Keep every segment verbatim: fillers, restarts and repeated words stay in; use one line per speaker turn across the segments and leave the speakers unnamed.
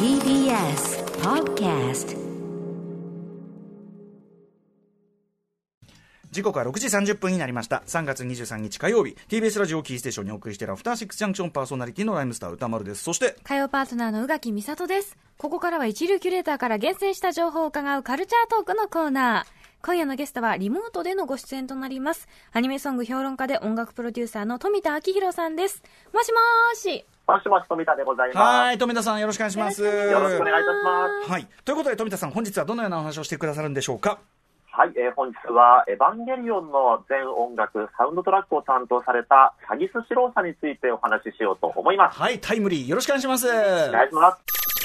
ティービーエス Podcast。
時刻はろくじさんじゅっぷんになりました。さんがつにじゅうさんにち火曜日、 ティービーエス ラジオキーステーションにお送りしているアフターシックスジャンクション、パーソナリティのライムスター歌丸です。そして
火曜パートナーの宇垣美里です。ここからは一流キュレーターから厳選した情報を伺うカルチャートークのコーナー。今夜のゲストはリモートでのご出演となります。アニメソング評論家で音楽プロデューサーの富田明宏さんです。もしもーし。
もしもし、富田でございます。
はい、富田さんよろしくお願いします。
よろしくお願いいたします。
はい、ということで富田さん、本日はどのようなお話をしてくださるんでしょうか。
はい、えー、本日はエヴァンゲリオンの全音楽サウンドトラックを担当されたサギスシロウさんについてお話ししようと思います。
はい、タイムリーよろしくお願いします。
お願いします。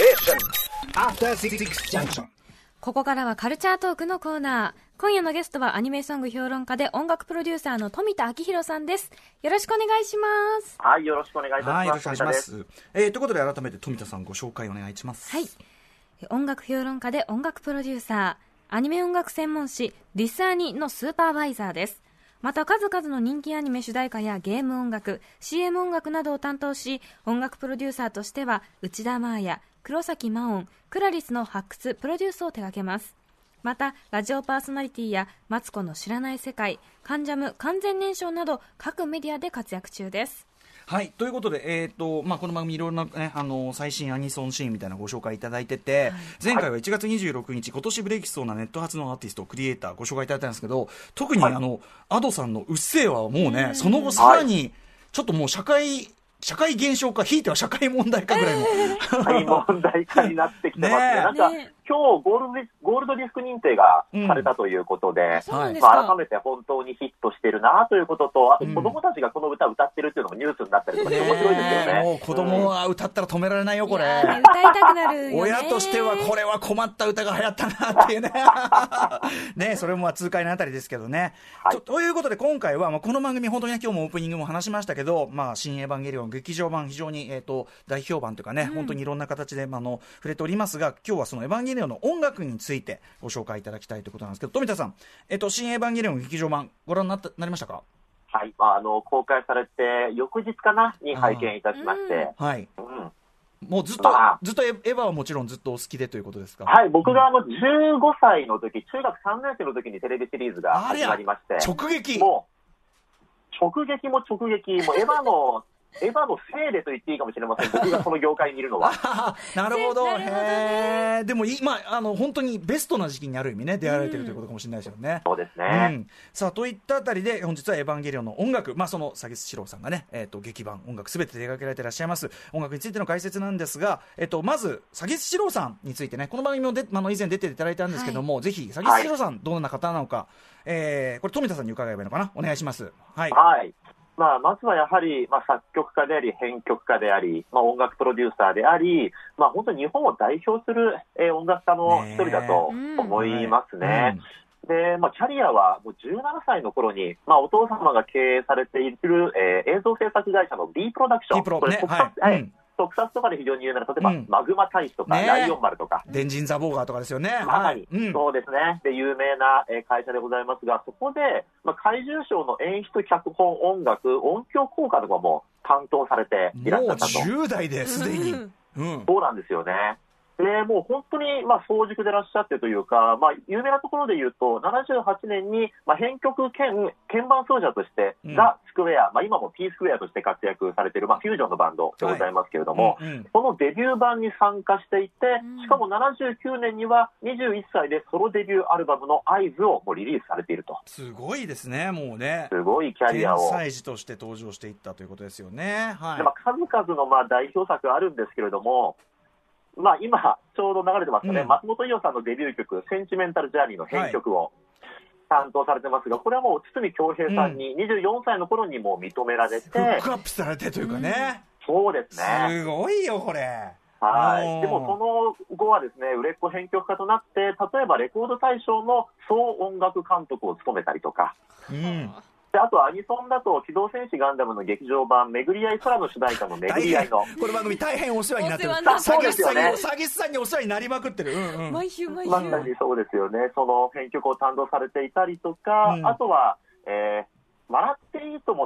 ここからはカルチャートークのコーナー。今夜のゲストはアニメソング評論家で音楽プロデューサーの富田明宏さんです。よろしくお願いします。
はい、よろしくお願いいたします。
はい、よろしくお願いします。えー、ということで改めて富田さんご紹介お願いします。
はい、音楽評論家で音楽プロデューサー、アニメ音楽専門誌ディスアニのスーパーバイザーです。また数々の人気アニメ主題歌やゲーム音楽、 シーエム 音楽などを担当し、音楽プロデューサーとしては内田真彩、黒崎真音、クラリスの発掘プロデュースを手掛けます。またラジオパーソナリティやマツコの知らない世界、カンジャム完全燃焼など各メディアで活躍中です。
はい、ということで、えーとまあ、この番組いろいろな、ね、あの最新アニソンシーンみたいなご紹介いただいてて、はい、前回はいちがつにじゅうろくにち、今年ブレイクしそうなネット発のアーティストクリエイターご紹介いただいたんですけど、特に、はい、あの Ado さんのうっせぇわはもうね、その後さらにちょっともう社会社会現象化、ひいては社会問題化ぐらいの、
えー、社会問題化になってきてますね。ね、なんか、ね、今日ゴールド、ゴールドディスク認定がされたということで、うん、まあ、改めて本当にヒットしてるなということと、あと子供たちがこの歌を歌ってるっていうのもニュースになったりとかして面白いですよね。
もう子供は歌ったら止められないよこれ。
歌いたくなるよね。
親としてはこれは困った歌が流行ったなっていうね。ね、それも痛快なあたりですけどね。はい、と, ということで今回は、まあ、この番組本当に今日もオープニングも話しましたけど、まあ、新エヴァンゲリオン劇場版非常にえー、と大評判というかね、うん、本当にいろんな形で、まあ、の触れておりますが、今日はそのエヴァンゲリオンの音楽についてご紹介いただきたいということなんですけど、富田さん、えー、と新エヴァンゲリオン劇場版ご覧になった、なりましたか。
はい、まあ、あの公開されて翌日かなに拝見いたしまして、
はい、
うん、
もうずっと、まあ、ずっとエヴァはもちろんずっとお好きでということですか。
はい、僕があのじゅうごさいの時、中学さんねん生の時にテレビシリーズが始まりまして、
直撃
もう直撃も直撃もうエヴァのエヴァのせいでと言っていいかもしれません。僕がこの業界にいるのは。
なるほど。へー。でも今あの本当にベストな時期にある意味ね出会われているということかもしれないですよね。
そうですね。
うん、さあといったあたりで本日はエヴァンゲリオンの音楽、まあそのサギスシロウさんがね、えっと劇版音楽すべて手掛けられていらっしゃいます音楽についての解説なんですが、えっとまずサギスシロウさんについてね、この番組もであの以前出ていただいたんですけども、はい、ぜひサギスシロウさんどんな方なのか、えー、これ富田さんに伺えばいいのかな。お願いします。はい。
はい。まあ、まずはやはり、まあ、作曲家であり編曲家であり、まあ、音楽プロデューサーであり、まあ、本当に日本を代表する、えー、音楽家の一人だと思いますね。で、まあ、キャリアはもうじゅうななさいの頃に、まあ、お父様が経営されている、えー、映像制作会社の B プロダクション、
B プロ、ね、
これ特撮、はい、うん、特撮とかで非常に有名な、例えば、うん、マグマ大使とか、ね、ライオン丸とか、
電人ザボーガーとかですよね。
まさに、うん、そうですね。で、有名な会社でございますが、そこで、まあ、怪獣賞の演出、脚本、音楽、音響効果とかも担当されていらっしゃったと。
もうじゅう代ですでに、
うん、そうなんですよね。でもう本当にまあ早熟でいらっしゃってというか、まあ、有名なところで言うとななじゅうはちねんにまあ編曲兼鍵盤奏者として、うん、ザ・スクエア、まあ、今も T スクエアとして活躍されている、まあ、フュージョンのバンドでございますけれども、はい、うんうん、そのデビュー版に参加していて、しかもななじゅうきゅうねんにはにじゅういっさいでソロデビューアルバムのアイズをもうリリースされていると。
すごいですね。もうね、
すごいキャリアを
天才児として登場していったということですよね。はい。
でまあ、数々のまあ代表作あるんですけれども、まあ、今ちょうど流れてますかね、うん、松本伊代さんのデビュー曲センチメンタルジャーニーの編曲を担当されてますが、これはもう堤恭平さんににじゅうよんさいの頃にもう認められて、
フックアップされてというかね、
うん、そうですね、
すごいよこれ。
はい。でもその後はですね、売れっ子編曲家となって、例えばレコード大賞の総音楽監督を務めたりとか、
うん、
であとアニソンだと機動戦士ガンダムの劇場版めぐり合い空の主題歌のめぐり合いの
この番組大変お世話になってる。
そうですよね。
サギスさんにお世話になりまくってる、うんうん、
毎週毎週
まさにそうですよね。その編曲を担当されていたりとか、うん、あとは、えー、笑っていいともの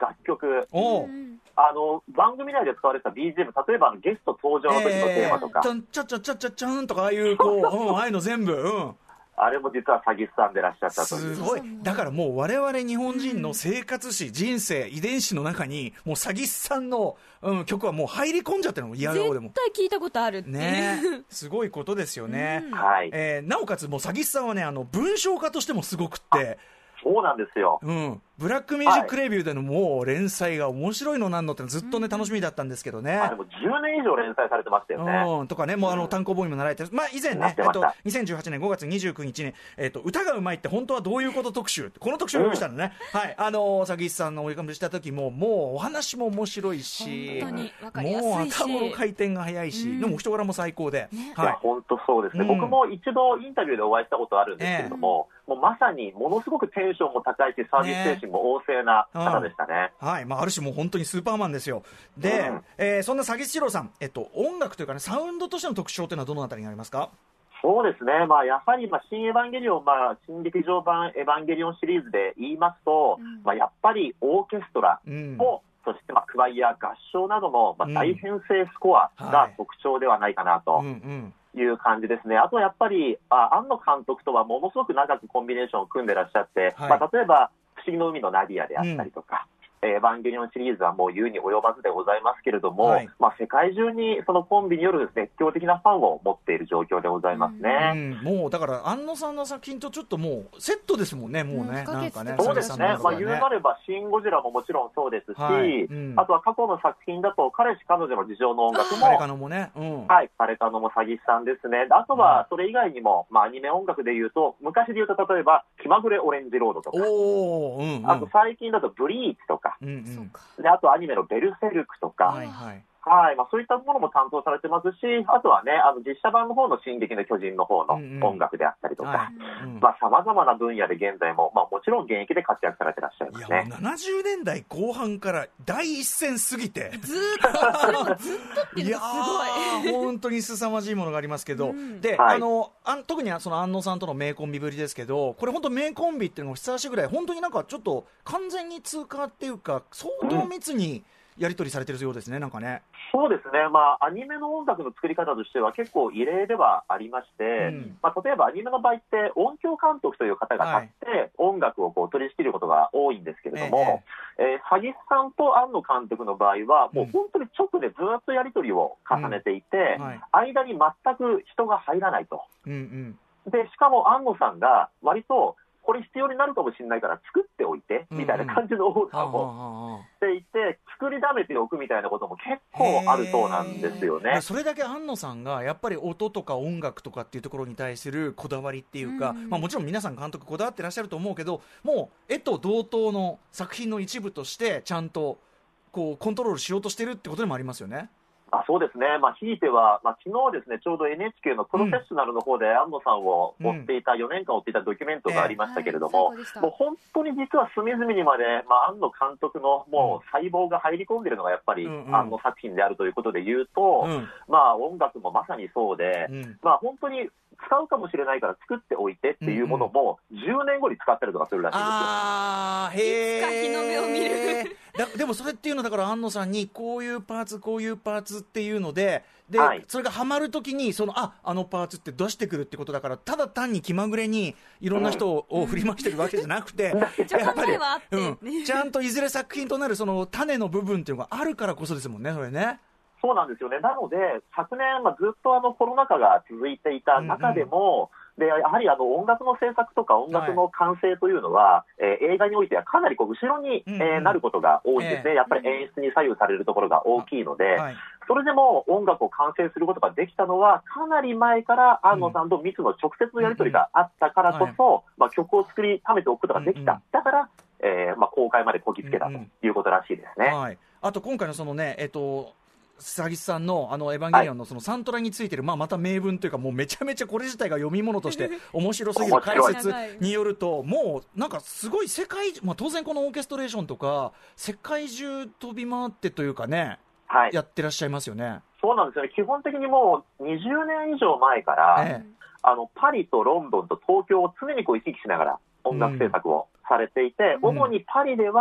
楽曲、
お
あの番組内で使われた ビージーエム、例えばあのゲスト登場の時のテーマとか、
えー、ちゃんちゃちゃちゃちゃちゃんとかああいうこう、うん、ああいうの全部、うん、
あれも実は詐欺師さんでいらっしゃったという。
すごい。だからもう我々日本人の生活史、人生、遺伝子の中にもう詐欺師さんの、うん、曲はもう入り込んじゃってるの、嫌顔でも
絶対聞いたことあるっていう
ね、すごいことですよね、
うん、
はい、
えー、なおかつもう詐欺師さんはね、あの文章家としてもすごくって、
そうなんですよ、
うん、ブラックミュージックレビューでのもう連載が面白いのなんのってずっとね楽しみだったんですけどね、
あでもじゅうねん以上連載されてましたよね、
うん、とかね、もうあの単行本にもなられてる、まあ、以前ね、えっと、にせんじゅうはちねんごがつにじゅうくにちに、えっと、歌がうまいって本当はどういうこと特集、この特集を用意したのね、うん、はい、あの詐欺師さんの追い込みした時ももうお話も面白いし、
本当に分かりやすいし、
もう頭の回転が早いし、うん、でも人柄も最高で、
ね、
はい、いや本当そうですね、うん、僕も一度インタビューでお会いしたことあるんですけれども、えーもうまさにものすごくテンションも高いしサービス精神も旺盛な方でしたね、
うん、はい、まあ、ある種もう本当にスーパーマンですよ。で、うん、えー、そんな詐欺師郎さん、えっと、音楽というかね、サウンドとしての特徴というのはどのあたりにありますか？
そうですね、まあ、やはり、まあ、新エヴァンゲリオン、まあ、新劇場版エヴァンゲリオンシリーズで言いますと、うん、まあ、やっぱりオーケストラも、うん、そしてまあクワイア、合唱などのまあ大編成スコアが特徴ではないかなと。うんはいうんうんいう感じですね。あとやっぱりあ庵野監督とはものすごく長くコンビネーションを組んでらっしゃって、はい、まあ、例えば不思議の海のナディアであったりとか、うん、エヴァンゲリオンシリーズはもう言うに及ばずでございますけれども、はい、まあ、世界中にそのコンビによる熱狂的なファンを持っている状況でございますね、
うんうん、もうだから庵野さんの作品とちょっともうセットですもんね、もうね、うん、なんかね、
そうですね、まあ、言うなればシン・ゴジラももちろんそうですし、はいうん、あとは過去の作品だと彼氏彼女の事情の音楽も
カレカノもね、うん、
はい、カレカノも詐欺師さんですね。あとはそれ以外にも、まあ、アニメ音楽でいうと昔でいうと例えば気まぐれオレンジロードとか、お、うんうん、あと最近だとブリーチとか、うんうん、であとアニメのベルセルクとか、はいはいはい、まあ、そういったものも担当されてますし、あとはね、あの実写版の方の進撃の巨人の方の音楽であったりとか、さまざまな分野で現在も、まあ、もちろん現役で活躍されてらっしゃいますね。
いや、ななじゅうねんだいこう半から第一線過ぎて
ずっとそれもずっとっていうのがすごい
本当に凄まじいものがありますけど、うん、で、
はい、
あのあ特にその庵野さんとの名コンビぶりですけど、これ本当名コンビっていうのもふさわしいぐらい本当になんかちょっと完全に通過っていうか相当密にやり取りされてるようですね、なんかね。
そうですね、まあ、アニメの音楽の作り方としては結構異例ではありまして、うんまあ、例えばアニメの場合って音響監督という方が立って音楽をこう取り仕切ることが多いんですけれども、えええー、詐欺師さんと庵野監督の場合はもう本当に直でずっとやり取りを重ねていて、うんはい、間に全く人が入らないと、うんうん、でしかも庵野さんが割とこれ必要になるかもしれないから作っておいてみたいな感じのオーダーをしていて、作りだめておくみたいなことも結構あるそうなんですよね。
それだけ庵野さんがやっぱり音とか音楽とかっていうところに対するこだわりっていうか、うんまあ、もちろん皆さん監督こだわってらっしゃると思うけど、もう絵と同等の作品の一部としてちゃんとこうコントロールしようとしてるってことでもありますよね。
あそうですね、まあ、ひいては、まあ、昨日ですね、ちょうど エヌエイチケー のプロフェッショナルの方で庵野さんを追っていた、うん、よねんかん追っていたドキュメントがありましたけれども、えーはい、もう本当に実は隅々にまで、まあ、庵野監督のもう細胞が入り込んでいるのがやっぱり、うんうん、庵野作品であるということで言うと、うんまあ、音楽もまさにそうで、うんまあ、本当に使うかもしれないから作っておいてっていうものもじゅうねんごに使ったりとかするらしいんですよ。
あーへー、
いつか日の目を見る
だでもそれっていうのはだから庵野さんにこういうパーツこういうパーツっていうのでで、はい、それがハマるときにそのああのパーツって出してくるってことだから、ただ単に気まぐれにいろんな人を振り回してるわけじゃなくて、うん、やっぱり、うん、ちゃんといずれ作品となるその種の部分っていうのがあるからこそですもんね、それね。
そうなんですよね。なので昨年、まあ、ずっとあのコロナ禍が続いていた中でも、うんうん、でやはりあの音楽の制作とか音楽の完成というのは、はいえー、映画においてはかなりこう後ろに、うんうんえー、なることが多いんですね、えー、やっぱり演出に左右されるところが大きいので、はい、それでも音楽を完成することができたのはかなり前から庵野さんと密の直接のやり取りがあったからこそ、うんうんはいまあ、曲を作りためておくことができた、うんうん、だから、えーまあ、公開までこぎつけたということらしいですね、
うんうんはい、あと今回のそのね、えっと詐欺師さんのあのエヴァンゲリオンのそのサントラについてる、まあまた名文というかもうめちゃめちゃこれ自体が読み物として面白すぎる解説によると、もうなんかすごい世界、まあ、当然このオーケストレーションとか世界中飛び回ってというかね、はい、やってらっしゃいますよね。
そうなんですよね。基本的にもうにじゅうねん以上前から、ええ、あのパリとロンドンと東京を常にこう行き来しながら音楽制作をされていて、うん、主にパリではス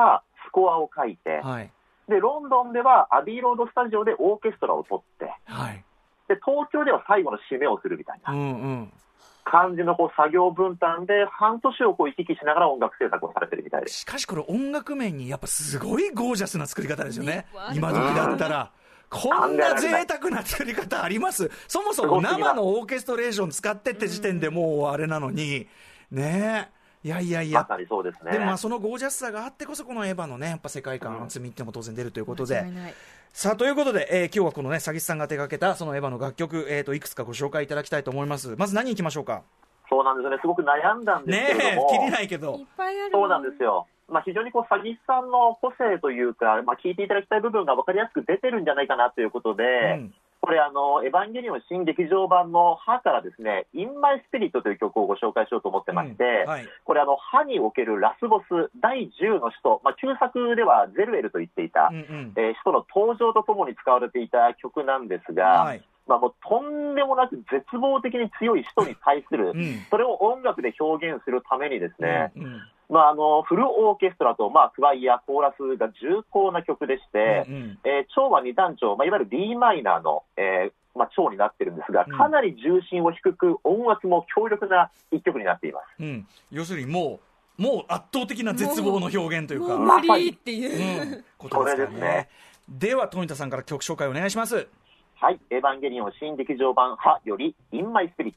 スコアを書いて、
はい、
でロンドンではアビーロードスタジオでオーケストラを取って、
はい、
で東京では最後の締めをするみたいな、
うんうん
感じのこう作業分担で半年をこう行き来しながら音楽制作をされてるみたいです。
しかしこれ音楽面にやっぱすごいゴージャスな作り方ですよね、ね今時だったら、うん、こんな贅沢な作り方あります？そもそも生のオーケストレーション使ってって時点でもうあれなのにねえ、いやいやいや、
まさにそうですね。
でもまあそのゴージャスさがあってこそこのエヴァのねやっぱ世界観厚みっても当然出るということで、うん、さあということで、えー、今日はこのね佐木さんが手掛けたそのエヴァの楽曲、えー、といくつかご紹介いただきたいと思います。まず何いきましょうか？
そうなんですね、すごく悩んだんですけれども、
ねえ、きりないけど、
いっぱいある。
そうなんですよ。まあ、非常にこう佐木さんの個性というか、まあ、聞いていただきたい部分が分かりやすく出てるんじゃないかなということで、うん、これあの、エヴァンゲリオン新劇場版のハからですね、In My Spirit という曲をご紹介しようと思ってまして、うんはい、これあの、ハにおけるラスボスだいじゅうの使徒、まあ、旧作ではゼルエルと言っていた、うんうんえー、使徒の登場とともに使われていた曲なんですが、はいまあ、もうとんでもなく絶望的に強い使徒に対する、うん、それを音楽で表現するためにですね、うんうんまあ、あのフルオーケストラと、まあ、クワイア、コーラスが重厚な曲でして、うんうんえー、調はに単調、まあ、いわゆる D マイナーの、えーまあ、調になってるんですが、かなり重心を低く音圧も強力な一曲になっています、
うん、要するにもう、もう圧倒的な絶望の表現というか、
もう無理っていう、
うん、ことですからね。では富田さんから曲紹介お願いします。
はい、エヴァンゲリオン新劇場版ハより In My Spirit。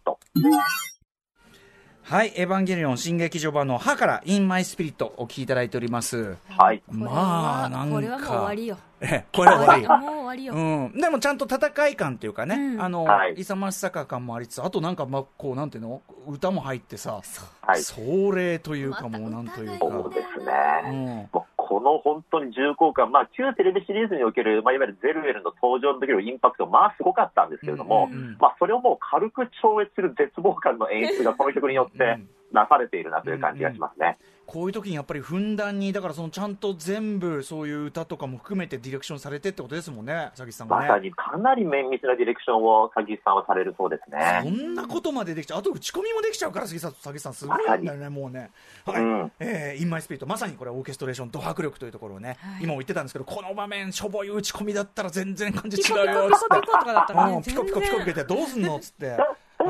はい、エヴァンゲリオン新劇場版のハから In My Spirit お聴きいただいております。
はい。
まあなんか
これはもう終わりよ。
え、これは終わり。
もう終わりよ。
うん。でもちゃんと戦い感っていうかね、うん、あの、
はい、
勇ましさ感もありつつ、あとなんかまあこうなんていうの、歌も入ってさ、
はい、
壮麗というかもうなんというか。
そうですね。うん。この本当に重厚感、まあ、旧テレビシリーズにおける、まあ、いわゆるゼルエルの登場の時のインパクト、まあ、すごかったんですけれども、うんうんまあ、それをもう軽く超越する絶望感の演出がこの曲によってなされているなという感じがしますね。うんうん
こういう時にやっぱりふんだんにだからそのちゃんと全部そういう歌とかも含めてディレクションされてってことですもんね、佐木さんがね。
まさにかなり綿密なディレクションを佐木さんはされるそうですね。
そんなことまでできちゃう、あと打ち込みもできちゃうから佐木さん、佐木さんすごいんだよね、もうね。はい、うんえー、インマイスピリットまさにこれオーケストレーションド迫力というところをね、はい、今も言ってたんですけど、この場面しょぼい打ち込みだったら全然感じ違うよっつってピコピコピコとかだったら、ね、ピコピコピコピコってどうすんのっつって、うん、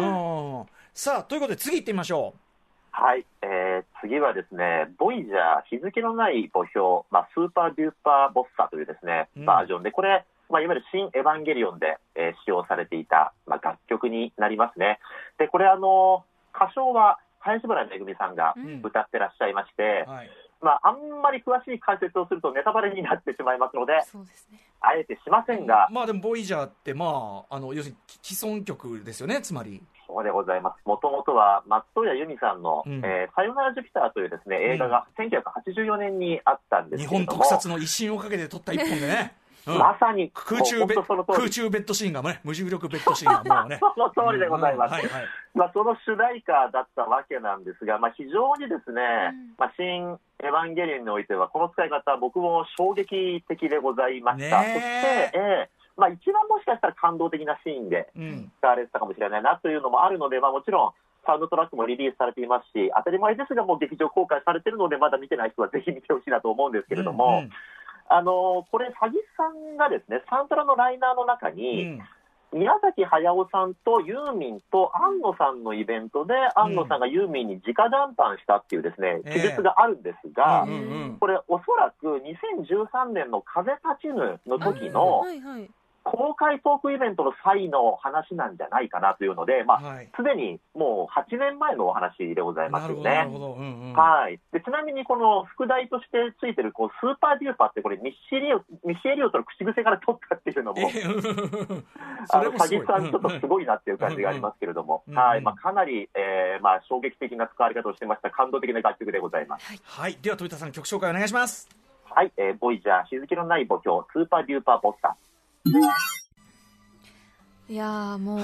さあということで次行ってみましょう。
はい、えー、次はですね、ボイジャー日付のない墓標、まあ、スーパーデューパーボッサというですね、うん、バージョンで、これ、まあ、いわゆる新エヴァンゲリオンで、えー、使用されていた、まあ、楽曲になりますね。で、これあの、歌唱は林原めぐみさんが歌ってらっしゃいまして、うんはいまあ、あんまり詳しい解説をするとネタバレになってしまいますので、そうですね、あえてしませんが、
まあでもボイジャーって、まあ、あの要するに既存曲ですよね、つまり。
そうでございます。もともとは松任谷由実さんの、うんえー、さよならジュピターというですね映画がせんきゅうひゃくはちじゅうよねんにあったんですけれども、
日本特撮の一新をかけて撮った一本でね
うん、まさに
空中ベ空中ベッドシーンがね、無重力ベッドシーンがもうね
その通りでございます、うんはいはいまあ、その主題歌だったわけなんですが、まあ、非常にですね、うんまあ、新エヴァンゲリオンにおいてはこの使い方僕も衝撃的でございました。そして、えーまあ、一番もしかしたら感動的なシーンで使われてたかもしれないなというのもあるので、まあ、もちろんサウンドトラックもリリースされていますし、当たり前ですがもう劇場公開されているのでまだ見てない人はぜひ見てほしいなと思うんですけれども、うんうんあのこれ佐木さんがですねサントラのライナーの中に、うん、宮崎駿さんとユーミンと庵野さんのイベントで、うん、庵野さんがユーミンに直談判したっていうですね記述があるんですが、えーうんうんうん、これおそらくにせんじゅうさんねんの風立ちぬの時の、はいはいはい公開トークイベントの際の話なんじゃないかなというので、まあはい、すでにもうはちねんまえのお話でございますよね。はい。でちなみにこの副題としてついてるこうスーパーデューパーってこれミッシー・エリオミッシー・エリオットの口癖から取ったっていうのも、あの佐木さんちょっとすごいなっていう感じがありますけれども、はい。まあかなり、えー、まあ衝撃的な使われ方をしてました感動的な楽曲でございます。
はい。はい、では富田さん曲紹介お願いします。
はい。えー、ボイジャー日付のない墓標スーパーデューパーボッサ。
いやもう、
はい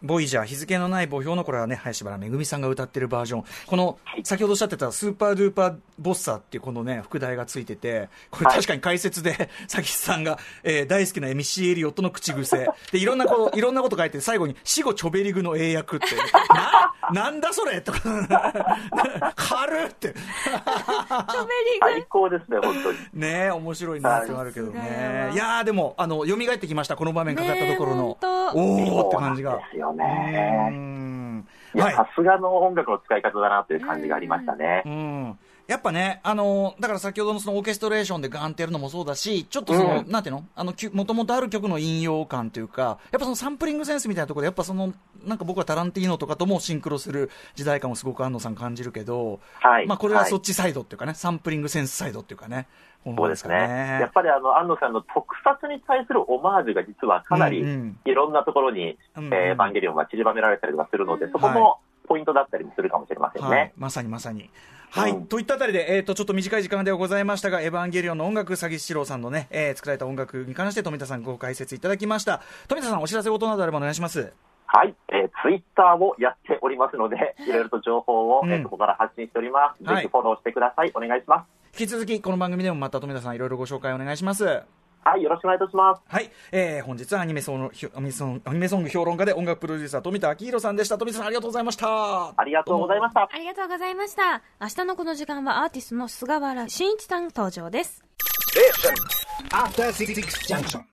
ボイジャー日付のない墓標のこれはね林原めぐみさんが歌ってるバージョン、この先ほどおっしゃってたスーパードゥーパーボッサーっていうこのね副題がついてて、これ確かに解説で佐吉さんが、えー、大好きなミッシー・エリオットの口癖でいろんなこといろんなこと書いて最後に死後チョベリグの英訳ってな, なんだそれとか軽ってチョベリグ
最高ですね本当に
ね、面白いなってなるけどね。いやーでもあの蘇ってきました、この場面かかったところのおーって感じが。
ですよね。うんいや、さすがの音楽の使い方だなという感じがありましたね。
うんうんやっぱね、あのー、だから先ほどのそのオーケストレーションでガーンってやるのもそうだし、ちょっとその、うん、なんていうのあの、もともとある曲の引用感というか、やっぱそのサンプリングセンスみたいなところで、やっぱその、なんか僕はタランティーノとかともシンクロする時代感をすごく安野さん感じるけど、はい、まあこれはそっちサイドっていうかね、はい、サンプリングセンスサイドっていうかね。
そうですね。やっぱりあの、安野さんの特撮に対するオマージュが実はかなり、いろんなところに、うんうん、えー、エヴァンゲリオンが散りばめられたりとかするので、そこもポイントだったりもするかもしれませんね。はいはい、
まさにまさに。はい、うん、といったあたりで、えーと、ちょっと短い時間ではございましたが、エヴァンゲリオンの音楽、佐吉史郎さんのね、えー、作られた音楽に関して富田さんご解説いただきました。富田さん、お知らせ事などあればお願いします。
はい、えー、ツイッターをやっておりますので、いろいろと情報を、うん、えー、ここから発信しております。ぜひフォローしてください。はい、お願いします。
引き続き、この番組でもまた富田さん、いろいろご紹介お願いします。
はい、よろしくお願いいたします。
はい、えー、本日はアニメソング、アニメソング、アニメソング評論家で音楽プロデューサー富田明宏さんでした。富田さん、ありがとうございました。
ありがとうございました。
ありがとうございました。明日のこの時間はアーティストの菅原慎一さん登場です。